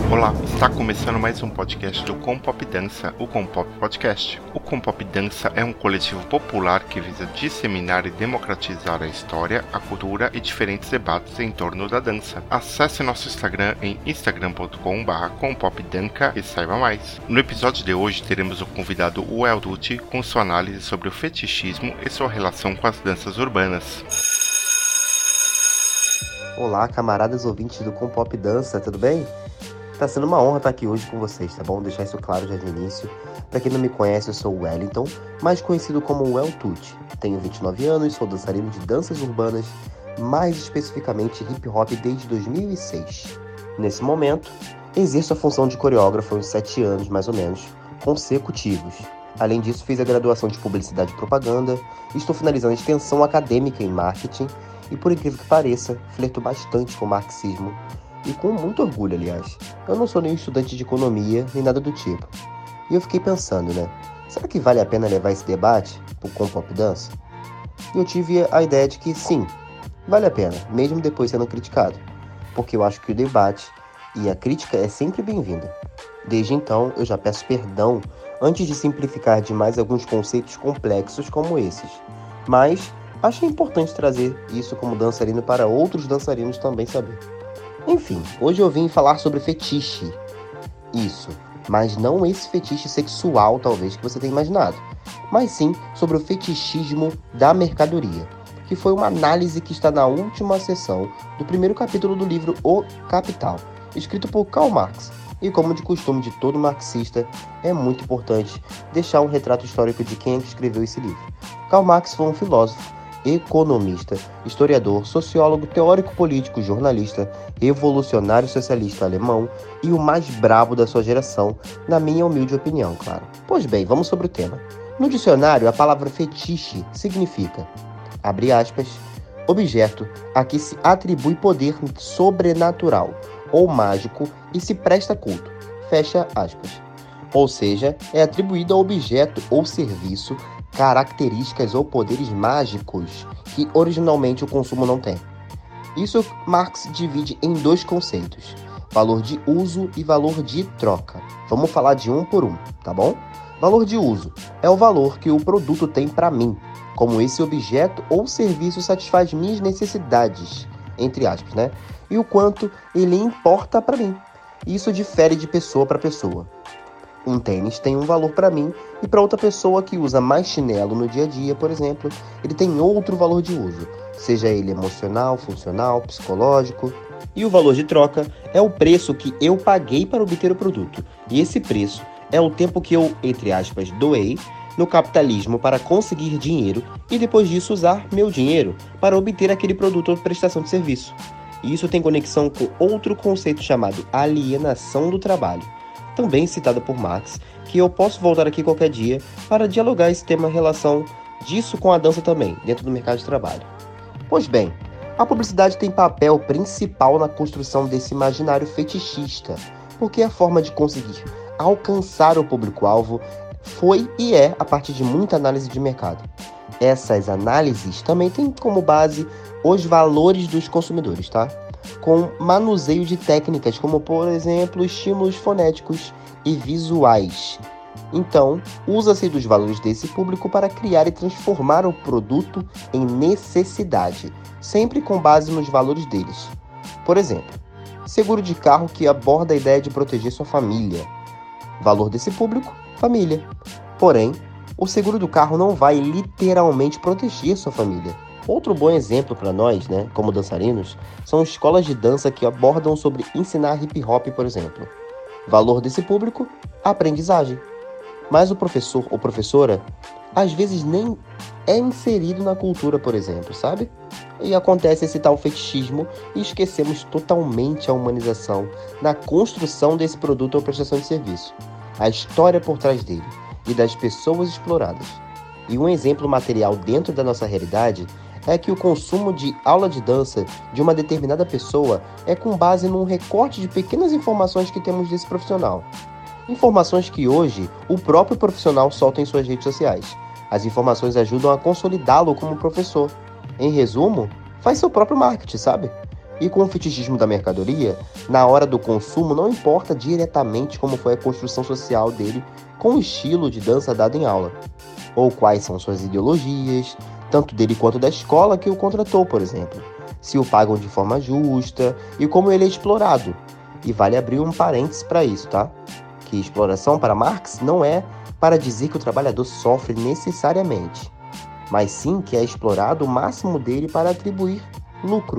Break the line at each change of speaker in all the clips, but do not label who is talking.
Olá, está começando mais um podcast do Compop Dança, o Compop Podcast. O Compop Dança é um coletivo popular que visa disseminar e democratizar a história, a cultura e diferentes debates em torno da dança. Acesse nosso Instagram em instagram.com/compopdanca e saiba mais. No episódio de hoje teremos o convidado Uel Tucci com sua análise sobre o fetichismo e sua relação com as danças urbanas.
Olá, camaradas ouvintes do Compop Dança, tudo bem? Tá sendo uma honra estar aqui hoje com vocês, tá bom? Deixar isso claro já de início. Pra quem não me conhece, eu sou o Wellington, mais conhecido como Uel Tucci. Tenho 29 anos, sou dançarino de danças urbanas, mais especificamente hip hop desde 2006. Nesse momento, exerço a função de coreógrafo há uns 7 anos, mais ou menos, consecutivos. Além disso, fiz a graduação de Publicidade e Propaganda, estou finalizando a extensão acadêmica em Marketing e, por incrível que pareça, flerto bastante com o marxismo e com muito orgulho, aliás. Eu não sou nenhum estudante de economia, nem nada do tipo. E eu fiquei pensando, né? Será que vale a pena levar esse debate pro Compop Dança? E eu tive a ideia de que sim, vale a pena, mesmo depois sendo criticado. Porque eu acho que o debate e a crítica é sempre bem-vinda. Desde então, eu já peço perdão antes de simplificar demais alguns conceitos complexos como esses. Mas achei importante trazer isso como dançarino para outros dançarinos também saber. Enfim, hoje eu vim falar sobre fetiche. Isso, mas não esse fetiche sexual, talvez, que você tenha imaginado. Mas sim sobre o fetichismo da mercadoria, que foi uma análise que está na última seção do primeiro capítulo do livro O Capital, escrito por Karl Marx. E como de costume de todo marxista, é muito importante deixar um retrato histórico de quem é que escreveu esse livro. Karl Marx foi um filósofo, economista, historiador, sociólogo, teórico político, jornalista, revolucionário socialista alemão e o mais brabo da sua geração, na minha humilde opinião, claro. Pois bem, vamos sobre o tema. No dicionário, a palavra fetiche significa, abre aspas, objeto a que se atribui poder sobrenatural ou mágico e se presta culto, fecha aspas. Ou seja, é atribuído ao objeto ou serviço características ou poderes mágicos que originalmente o consumo não tem. Isso Marx divide em dois conceitos, valor de uso e valor de troca. Vamos falar de um por um, tá bom? Valor de uso é o valor que o produto tem para mim, como esse objeto ou serviço satisfaz minhas necessidades, entre aspas, né? E o quanto ele importa para mim. Isso difere de pessoa para pessoa. Um tênis tem um valor para mim e para outra pessoa que usa mais chinelo no dia a dia, por exemplo, ele tem outro valor de uso, seja ele emocional, funcional, psicológico. E o valor de troca é o preço que eu paguei para obter o produto. E esse preço é o tempo que eu, entre aspas, doei no capitalismo para conseguir dinheiro e depois disso usar meu dinheiro para obter aquele produto ou prestação de serviço. E isso tem conexão com outro conceito chamado alienação do trabalho, também citada por Marx, que eu posso voltar aqui qualquer dia para dialogar esse tema em relação disso com a dança também, dentro do mercado de trabalho. Pois bem, a publicidade tem papel principal na construção desse imaginário fetichista, porque a forma de conseguir alcançar o público-alvo foi e é a partir de muita análise de mercado. Essas análises também têm como base os valores dos consumidores, tá? Com manuseio de técnicas como, por exemplo, estímulos fonéticos e visuais. Então, usa-se dos valores desse público para criar e transformar o produto em necessidade, sempre com base nos valores deles. Por exemplo, seguro de carro que aborda a ideia de proteger sua família. Valor desse público, família. Porém, o seguro do carro não vai literalmente proteger sua família. Outro bom exemplo para nós, né, como dançarinos, são escolas de dança que abordam sobre ensinar hip hop, por exemplo. Valor desse público, aprendizagem. Mas o professor ou professora, às vezes nem é inserido na cultura, por exemplo, sabe? E acontece esse tal fetichismo e esquecemos totalmente a humanização na construção desse produto ou prestação de serviço, a história por trás dele e das pessoas exploradas. E um exemplo material dentro da nossa realidade é que o consumo de aula de dança de uma determinada pessoa é com base num recorte de pequenas informações que temos desse profissional. Informações que hoje o próprio profissional solta em suas redes sociais. As informações ajudam a consolidá-lo como professor. Em resumo, faz seu próprio marketing, sabe? E com o fetichismo da mercadoria, na hora do consumo não importa diretamente como foi a construção social dele com o estilo de dança dado em aula, ou quais são suas ideologias, tanto dele quanto da escola que o contratou, por exemplo, se o pagam de forma justa e como ele é explorado. E vale abrir um parênteses para isso, tá? Que exploração para Marx não é para dizer que o trabalhador sofre necessariamente, mas sim que é explorado o máximo dele para atribuir lucro.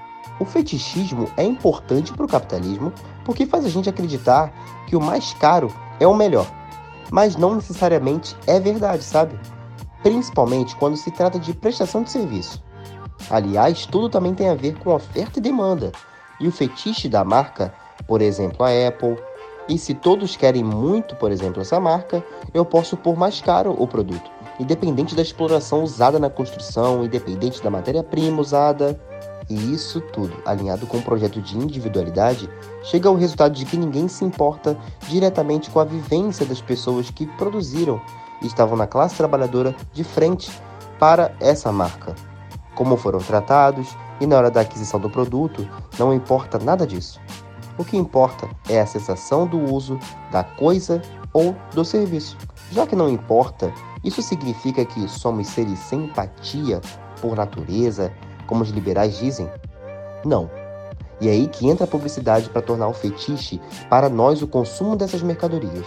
O fetichismo é importante para o capitalismo porque faz a gente acreditar que o mais caro é o melhor, mas não necessariamente é verdade, sabe? Principalmente quando se trata de prestação de serviço. Aliás, tudo também tem a ver com oferta e demanda, e o fetiche da marca, por exemplo, a Apple, e se todos querem muito, por exemplo, essa marca, eu posso pôr mais caro o produto, independente da exploração usada na construção, independente da matéria-prima usada. E isso tudo, alinhado com um projeto de individualidade, chega ao resultado de que ninguém se importa diretamente com a vivência das pessoas que produziram e estavam na classe trabalhadora de frente para essa marca. Como foram tratados e na hora da aquisição do produto, não importa nada disso. O que importa é a sensação do uso da coisa ou do serviço. Já que não importa, isso significa que somos seres sem empatia por natureza, como os liberais dizem? Não. E é aí que entra a publicidade para tornar o fetiche para nós o consumo dessas mercadorias.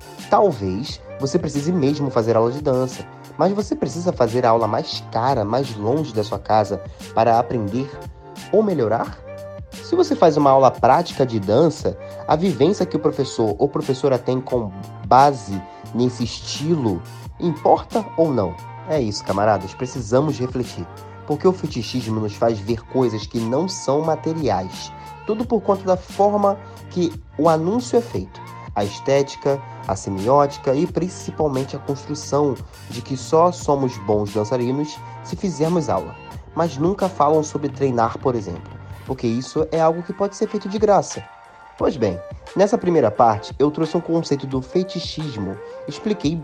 Talvez você precise mesmo fazer aula de dança, mas você precisa fazer a aula mais cara, mais longe da sua casa para aprender ou melhorar? Se você faz uma aula prática de dança, a vivência que o professor ou professora tem com base nesse estilo, importa ou não? É isso, camaradas, precisamos refletir. Porque o fetichismo nos faz ver coisas que não são materiais. Tudo por conta da forma que o anúncio é feito. A estética, a semiótica e principalmente a construção de que só somos bons dançarinos se fizermos aula. Mas nunca falam sobre treinar, por exemplo, porque isso é algo que pode ser feito de graça. Pois bem, nessa primeira parte eu trouxe um conceito do fetichismo, expliquei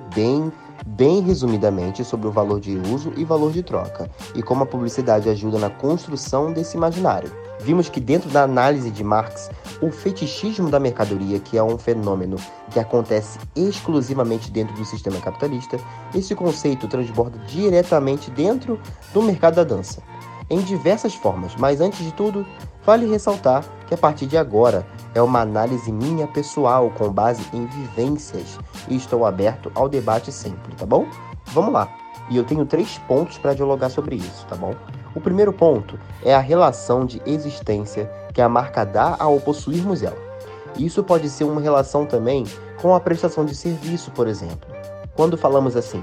bem resumidamente sobre o valor de uso e valor de troca, e como a publicidade ajuda na construção desse imaginário. Vimos que dentro da análise de Marx, o fetichismo da mercadoria, que é um fenômeno que acontece exclusivamente dentro do sistema capitalista, esse conceito transborda diretamente dentro do mercado da dança, em diversas formas, mas antes de tudo, vale ressaltar que a partir de agora é uma análise minha pessoal com base em vivências e estou aberto ao debate sempre, tá bom? Vamos lá! E eu tenho 3 pontos para dialogar sobre isso, tá bom? O primeiro ponto é a relação de existência que a marca dá ao possuirmos ela. Isso pode ser uma relação também com a prestação de serviço, por exemplo. Quando falamos assim,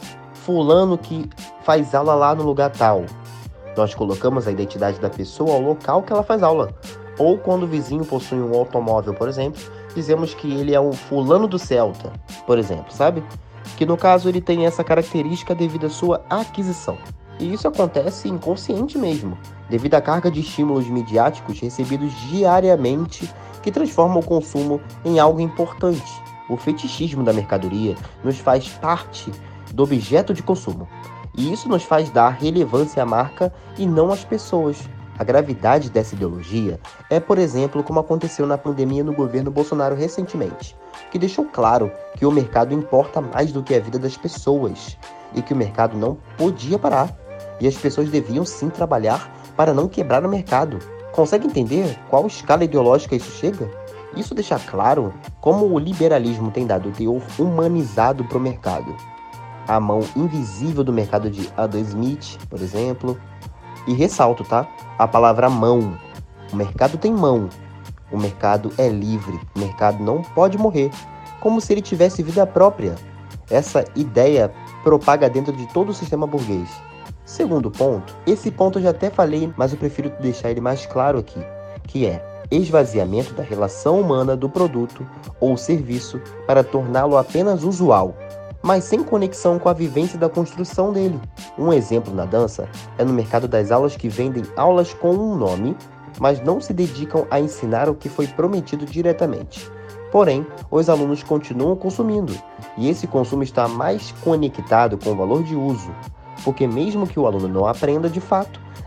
fulano que faz aula lá no lugar tal, nós colocamos a identidade da pessoa ao local que ela faz aula. Ou quando o vizinho possui um automóvel, por exemplo, dizemos que ele é o fulano do Celta, por exemplo, sabe? Que no caso ele tem essa característica devido à sua aquisição. E isso acontece inconsciente mesmo, devido à carga de estímulos midiáticos recebidos diariamente que transformam o consumo em algo importante. O fetichismo da mercadoria nos faz parte do objeto de consumo. E isso nos faz dar relevância à marca e não às pessoas. A gravidade dessa ideologia é, por exemplo, como aconteceu na pandemia no governo Bolsonaro recentemente, que deixou claro que o mercado importa mais do que a vida das pessoas e que o mercado não podia parar e as pessoas deviam sim trabalhar para não quebrar o mercado. Consegue entender qual escala ideológica isso chega? Isso deixa claro como o liberalismo tem dado teor humanizado para o mercado. A mão invisível do mercado de Adam Smith, por exemplo. E ressalto, tá? A palavra mão. O mercado tem mão. O mercado é livre. O mercado não pode morrer. Como se ele tivesse vida própria. Essa ideia propaga dentro de todo o sistema burguês. Segundo ponto, esse ponto eu já até falei, mas eu prefiro deixar ele mais claro aqui, que é esvaziamento da relação humana do produto ou serviço para torná-lo apenas usual, mas sem conexão com a vivência da construção dele. Um exemplo na dança é no mercado das aulas que vendem aulas com um nome, mas não se dedicam a ensinar o que foi prometido diretamente. Porém, os alunos continuam consumindo, e esse consumo está mais conectado com o valor de uso, porque mesmo que o aluno não aprenda de fato,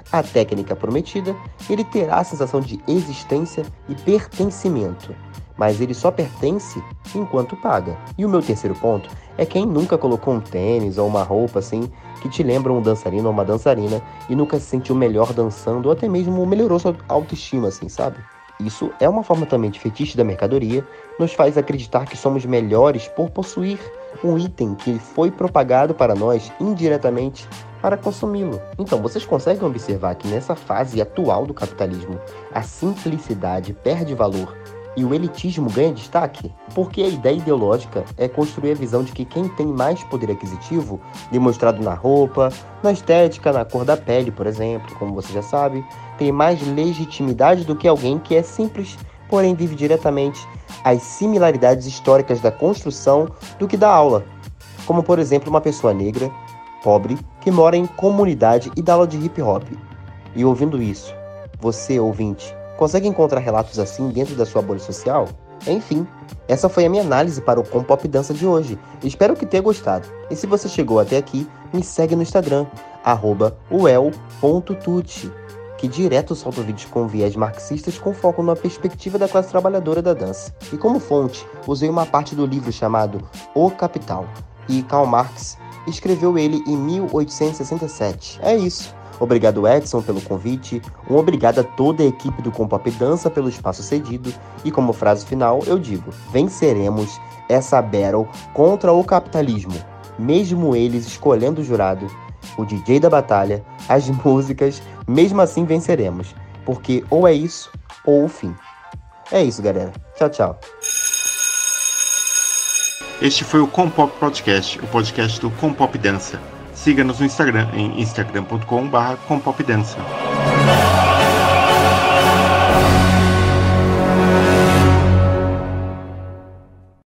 a técnica prometida, ele terá a sensação de existência e pertencimento. Mas ele só pertence enquanto paga. E o meu terceiro ponto é quem nunca colocou um tênis ou uma roupa assim que te lembra um dançarino ou uma dançarina e nunca se sentiu melhor dançando ou até mesmo melhorou sua autoestima, assim, sabe? Isso é uma forma também de fetiche da mercadoria, nos faz acreditar que somos melhores por possuir um item que foi propagado para nós indiretamente para consumi-lo. Então, vocês conseguem observar que nessa fase atual do capitalismo, a simplicidade perde valor e o elitismo ganha destaque? Porque a ideia ideológica é construir a visão de que quem tem mais poder aquisitivo, demonstrado na roupa, na estética, na cor da pele, por exemplo, como você já sabe, tem mais legitimidade do que alguém que é simples, porém vive diretamente as similaridades históricas da construção do que da aula. Como, por exemplo, uma pessoa negra, pobre, que mora em comunidade e dá aula de hip hop. E ouvindo isso, você, ouvinte, consegue encontrar relatos assim dentro da sua bolha social? Enfim, essa foi a minha análise para o Com Pop Dança de hoje. Espero que tenha gostado. E se você chegou até aqui, me segue no Instagram, @uel.tuti, que direto solta vídeos com viés marxistas com foco na perspectiva da classe trabalhadora da dança. E como fonte, usei uma parte do livro chamado O Capital, e Karl Marx escreveu ele em 1867. É isso. Obrigado, Edson, pelo convite. Um obrigado a toda a equipe do Com Pop Dança pelo espaço cedido. E como frase final, eu digo: venceremos essa battle contra o capitalismo, mesmo eles escolhendo o jurado, o DJ da batalha, as músicas, mesmo assim venceremos. Porque ou é isso, ou o fim. É isso, galera. Tchau, tchau.
Este foi o Com Pop Podcast, o podcast do Com Pop Dança. Siga-nos no Instagram em instagram.com/compopdança.